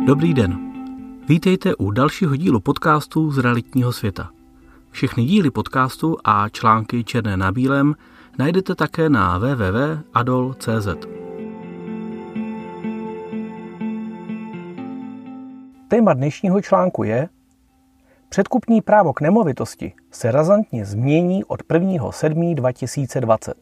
Dobrý den. Vítejte u dalšího dílu podcastu z realitního světa. Všechny díly podcastu a články černé na bílém najdete také na www.adol.cz. Téma dnešního článku je: předkupní právo k nemovitosti se razantně změní od 1.7.2020.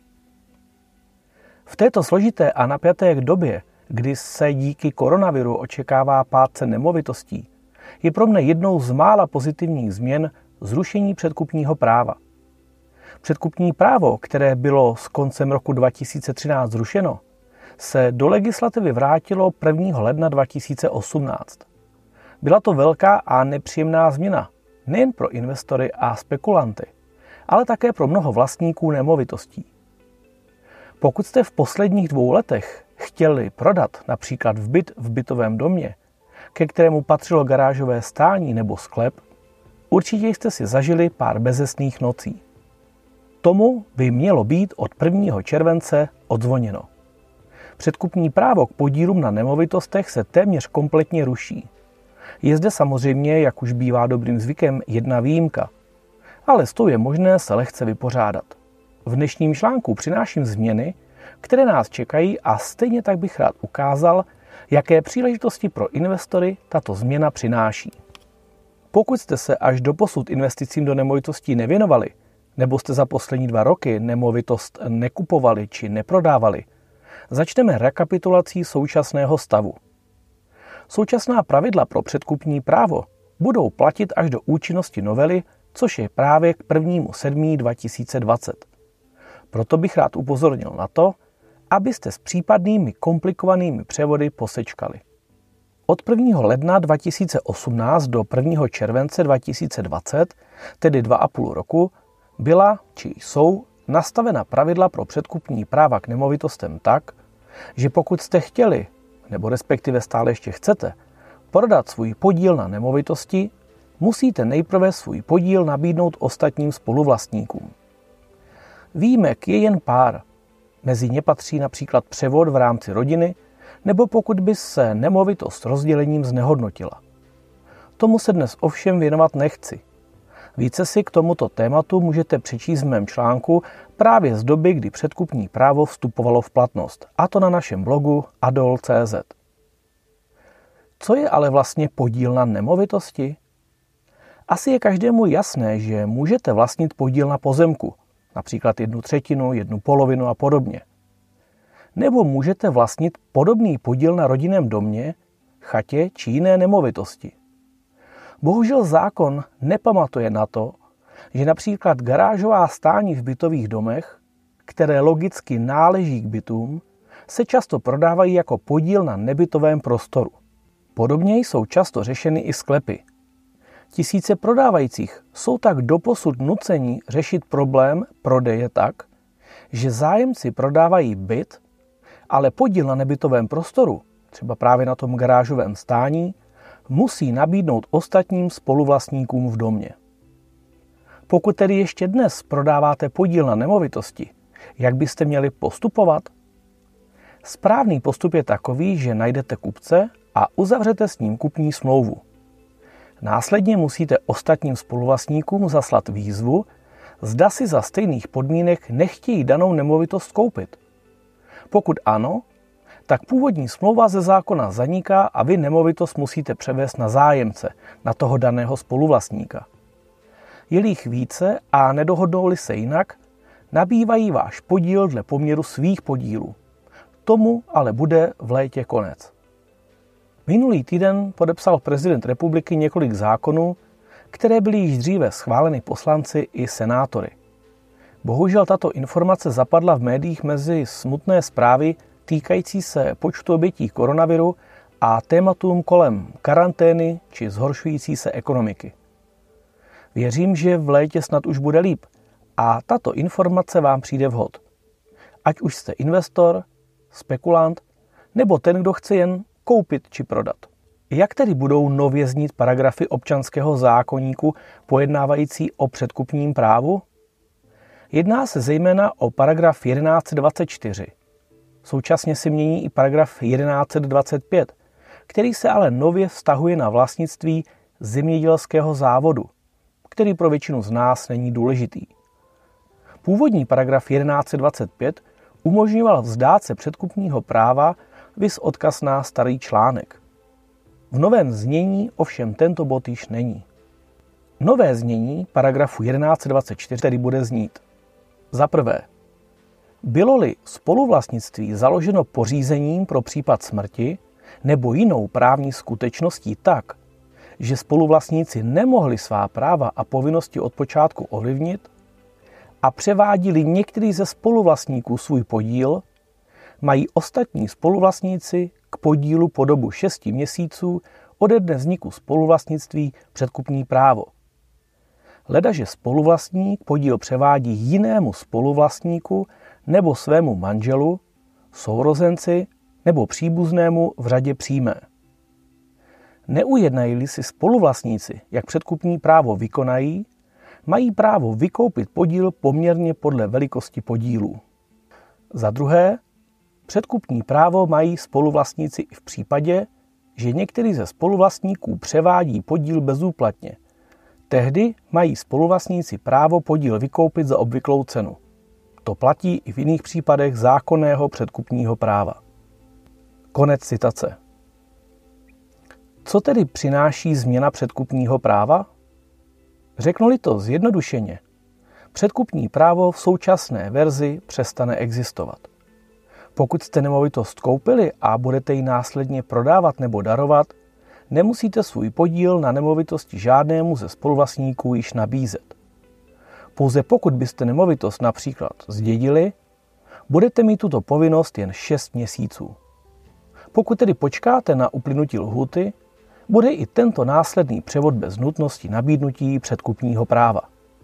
V této složité a napjaté době, kdy se díky koronaviru očekává pád cen nemovitostí, je pro mne jednou z mála pozitivních změn zrušení předkupního práva. Předkupní právo, které bylo s koncem roku 2013 zrušeno, se do legislativy vrátilo 1. ledna 2018. Byla to velká a nepříjemná změna, nejen pro investory a spekulanty, ale také pro mnoho vlastníků nemovitostí. Pokud jste v posledních 2 letech chtěli prodat například byt v bytovém domě, ke kterému patřilo garážové stání nebo sklep, určitě jste si zažili pár bezesných nocí. Tomu by mělo být od 1. července odzvoněno. Předkupní právo k podílům na nemovitostech se téměř kompletně ruší. Je zde samozřejmě, jak už bývá dobrým zvykem, jedna výjimka, ale s tou je možné se lehce vypořádat. V dnešním článku přináším změny, které nás čekají, a stejně tak bych rád ukázal, jaké příležitosti pro investory tato změna přináší. Pokud jste se až doposud investicím do nemovitostí nevěnovali, nebo jste za poslední 2 roky nemovitost nekupovali či neprodávali, začneme rekapitulací současného stavu. Současná pravidla pro předkupní právo budou platit až do účinnosti novely, což je právě k 1.7.2020. Proto bych rád upozornil na to, abyste s případnými komplikovanými převody posečkali. Od 1. ledna 2018 do 1. července 2020, tedy 2,5 roku, byla či jsou nastavena pravidla pro předkupní práva k nemovitostem tak, že pokud jste chtěli, nebo respektive stále ještě chcete, prodat svůj podíl na nemovitosti, musíte nejprve svůj podíl nabídnout ostatním spoluvlastníkům. Výjimek je jen pár. Mezi ně patří například převod v rámci rodiny, nebo pokud by se nemovitost rozdělením znehodnotila. Tomu se dnes ovšem věnovat nechci. Více si k tomuto tématu můžete přečíst v mém článku právě z doby, kdy předkupní právo vstupovalo v platnost, a to na našem blogu adol.cz. Co je ale vlastně podíl na nemovitosti? Asi je každému jasné, že můžete vlastnit podíl na pozemku, například 1/3, 1/2 a podobně. Nebo můžete vlastnit podobný podíl na rodinném domě, chatě či jiné nemovitosti. Bohužel zákon nepamatuje na to, že například garážová stání v bytových domech, které logicky náleží k bytům, se často prodávají jako podíl na nebytovém prostoru. Podobně jsou často řešeny i sklepy. Tisíce prodávajících jsou tak doposud nuceni řešit problém prodeje tak, že zájemci prodávají byt, ale podíl na nebytovém prostoru, třeba právě na tom garážovém stání, musí nabídnout ostatním spoluvlastníkům v domě. Pokud tedy ještě dnes prodáváte podíl na nemovitosti, jak byste měli postupovat? Správný postup je takový, že najdete kupce a uzavřete s ním kupní smlouvu. Následně musíte ostatním spoluvlastníkům zaslat výzvu, zda si za stejných podmínek nechtějí danou nemovitost koupit. Pokud ano, tak původní smlouva ze zákona zaniká a vy nemovitost musíte převést na zájemce, na toho daného spoluvlastníka. Je-li jich více a nedohodnou-li se jinak, nabývají váš podíl dle poměru svých podílů. Tomu ale bude v létě konec. Minulý týden podepsal prezident republiky několik zákonů, které byly již dříve schváleny poslanci i senátory. Bohužel tato informace zapadla v médiích mezi smutné zprávy týkající se počtu obětí koronaviru a tématům kolem karantény či zhoršující se ekonomiky. Věřím, že v létě snad už bude líp a tato informace vám přijde vhod. Ať už jste investor, spekulant nebo ten, kdo chce jen koupit či prodat. Jak tedy budou nově znít paragrafy občanského zákoníku pojednávající o předkupním právu? Jedná se zejména o paragraf 1124. Současně se mění i paragraf 1125, který se ale nově vztahuje na vlastnictví zemědělského závodu, který pro většinu z nás není důležitý. Původní paragraf 1125 umožňoval vzdát se předkupního práva, viz odkaz na starý článek. V novém znění ovšem tento bod již není. Nové znění paragrafu 1124 tedy bude znít: za prvé, bylo-li spoluvlastnictví založeno pořízením pro případ smrti nebo jinou právní skutečností tak, že spoluvlastníci nemohli svá práva a povinnosti od počátku ovlivnit a převádili některý ze spoluvlastníků svůj podíl, mají ostatní spoluvlastníci k podílu po dobu 6 měsíců ode dne vzniku spoluvlastnictví předkupní právo. Ledaže spoluvlastník podíl převádí jinému spoluvlastníku nebo svému manželu, sourozenci nebo příbuznému v řadě přímé. Neujednají-li si spoluvlastníci, jak předkupní právo vykonají, mají právo vykoupit podíl poměrně podle velikosti podílů. Za druhé, předkupní právo mají spoluvlastníci i v případě, že některý ze spoluvlastníků převádí podíl bezúplatně. Tehdy mají spoluvlastníci právo podíl vykoupit za obvyklou cenu. To platí i v jiných případech zákonného předkupního práva. Konec citace. Co tedy přináší změna předkupního práva? Řeknu-li to zjednodušeně, předkupní právo v současné verzi přestane existovat. Pokud jste nemovitost koupili a budete ji následně prodávat nebo darovat, nemusíte svůj podíl na nemovitosti žádnému ze spoluvlastníků již nabízet. Pouze pokud byste nemovitost například zdědili, budete mít tuto povinnost jen 6 měsíců. Pokud tedy počkáte na uplynutí lhůty, bude i tento následný převod bez nutnosti nabídnutí předkupního práva.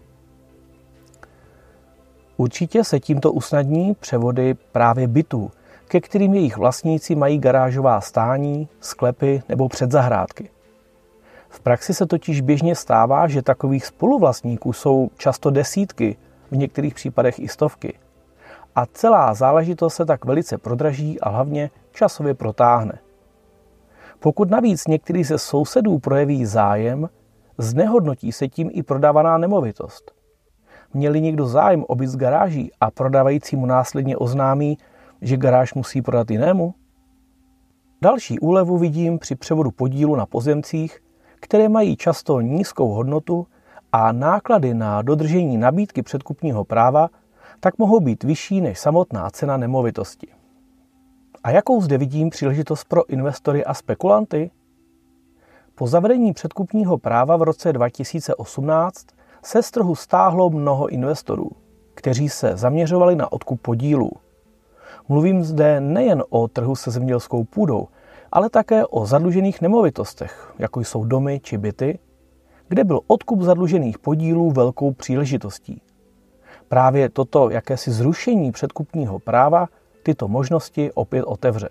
Určitě se tímto usnadní převody právě bytů, ke kterým jejich vlastníci mají garážová stání, sklepy nebo předzahrádky. V praxi se totiž běžně stává, že takových spoluvlastníků jsou často desítky, v některých případech i stovky. A celá záležitost se tak velice prodraží a hlavně časově protáhne. Pokud navíc některý ze sousedů projeví zájem, znehodnotí se tím i prodávaná nemovitost. Měli někdo zájem o byt z garáží a prodávající mu následně oznámí, že garáž musí prodat jinému? Další úlevu vidím při převodu podílu na pozemcích, které mají často nízkou hodnotu a náklady na dodržení nabídky předkupního práva tak mohou být vyšší než samotná cena nemovitosti. A jakou zde vidím příležitost pro investory a spekulanty? Po zavedení předkupního práva v roce 2018 se z trhu stáhlo mnoho investorů, kteří se zaměřovali na odkup podílů. Mluvím zde nejen o trhu se zemědělskou půdou, ale také o zadlužených nemovitostech, jako jsou domy či byty, kde byl odkup zadlužených podílů velkou příležitostí. Právě toto jakési zrušení předkupního práva tyto možnosti opět otevře.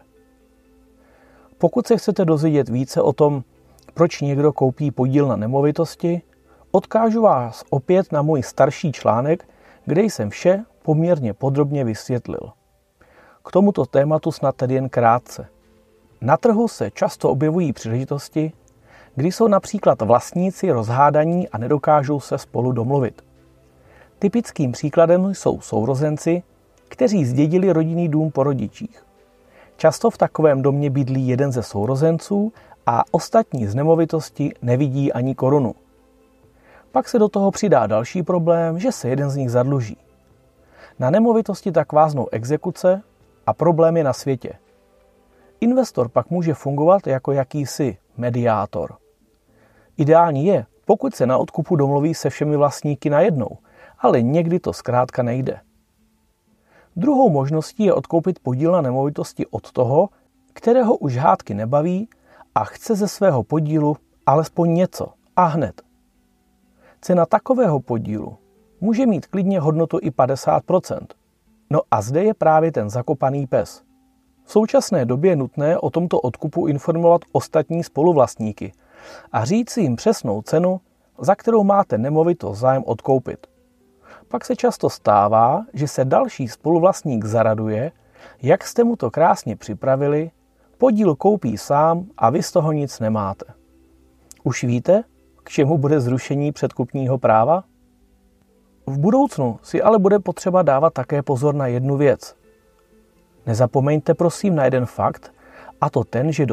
Pokud se chcete dozvědět více o tom, proč někdo koupí podíl na nemovitosti, odkážu vás opět na můj starší článek, kde jsem vše poměrně podrobně vysvětlil. K tomuto tématu snad tedy jen krátce. Na trhu se často objevují příležitosti, kdy jsou například vlastníci rozhádaní a nedokážou se spolu domluvit. Typickým příkladem jsou sourozenci, kteří zdědili rodinný dům po rodičích. Často v takovém domě bydlí jeden ze sourozenců a ostatní z nemovitosti nevidí ani korunu. Pak se do toho přidá další problém, že se jeden z nich zadluží. Na nemovitosti tak váznou exekuce a problém je na světě. Investor pak může fungovat jako jakýsi mediátor. Ideální je, pokud se na odkupu domluví se všemi vlastníky najednou, ale někdy to zkrátka nejde. Druhou možností je odkoupit podíl na nemovitosti od toho, kterého už hádky nebaví a chce ze svého podílu alespoň něco a hned. Cena takového podílu může mít klidně hodnotu i 50%. No a zde je právě ten zakopaný pes. V současné době je nutné o tomto odkupu informovat ostatní spoluvlastníky a říct jim přesnou cenu, za kterou máte nemovitost zájem odkoupit. Pak se často stává, že se další spoluvlastník zaraduje, jak jste mu to krásně připravili, podíl koupí sám a vy z toho nic nemáte. Už víte, k čemu bude zrušení předkupního práva? V budoucnu si ale bude potřeba dávat také pozor na jednu věc. Nezapomeňte prosím na jeden fakt, a to ten, že do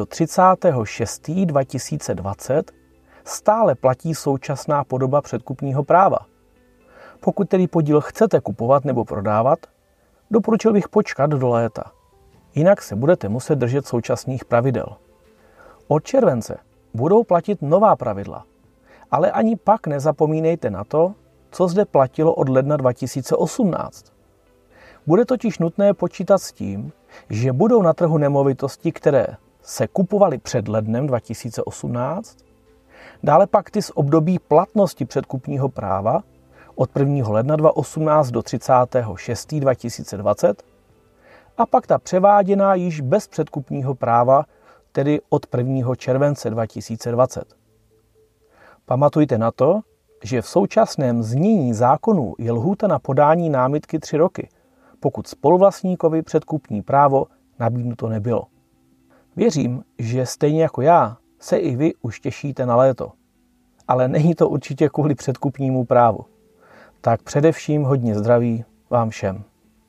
30.6.2020 stále platí současná podoba předkupního práva. Pokud tedy podíl chcete kupovat nebo prodávat, doporučil bych počkat do léta. Jinak se budete muset držet současných pravidel. Od července budou platit nová pravidla, ale ani pak nezapomínejte na to, co zde platilo od ledna 2018. Bude totiž nutné počítat s tím, že budou na trhu nemovitosti, které se kupovaly před lednem 2018, dále pak ty z období platnosti předkupního práva od 1. ledna 2018 do 30.6. 2020 a pak ta převáděná již bez předkupního práva, tedy od 1. července 2020. Pamatujte na to, že v současném znění zákonů je lhůta na podání námitky 3 roky, pokud spoluvlastníkovi předkupní právo nabídnuto nebylo. Věřím, že stejně jako já se i vy už těšíte na léto. Ale není to určitě kvůli předkupnímu právu. Tak především hodně zdraví vám všem.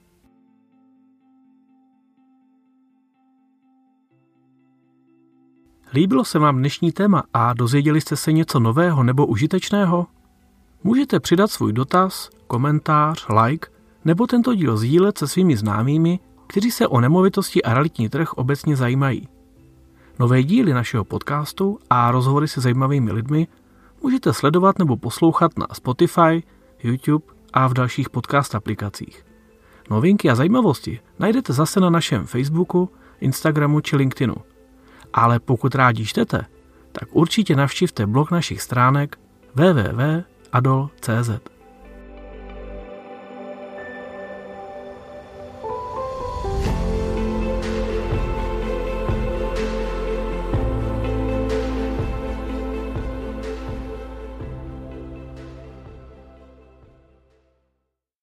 Líbilo se vám dnešní téma a dozvěděli jste se něco nového nebo užitečného? Můžete přidat svůj dotaz, komentář, like nebo tento díl sdílet se svými známými, kteří se o nemovitosti a realitní trh obecně zajímají. Nové díly našeho podcastu a rozhovory se zajímavými lidmi můžete sledovat nebo poslouchat na Spotify, YouTube a v dalších podcast aplikacích. Novinky a zajímavosti najdete zase na našem Facebooku, Instagramu či LinkedInu. Ale pokud rádi čtete, tak určitě navštivte blog našich stránek www.adol.cz.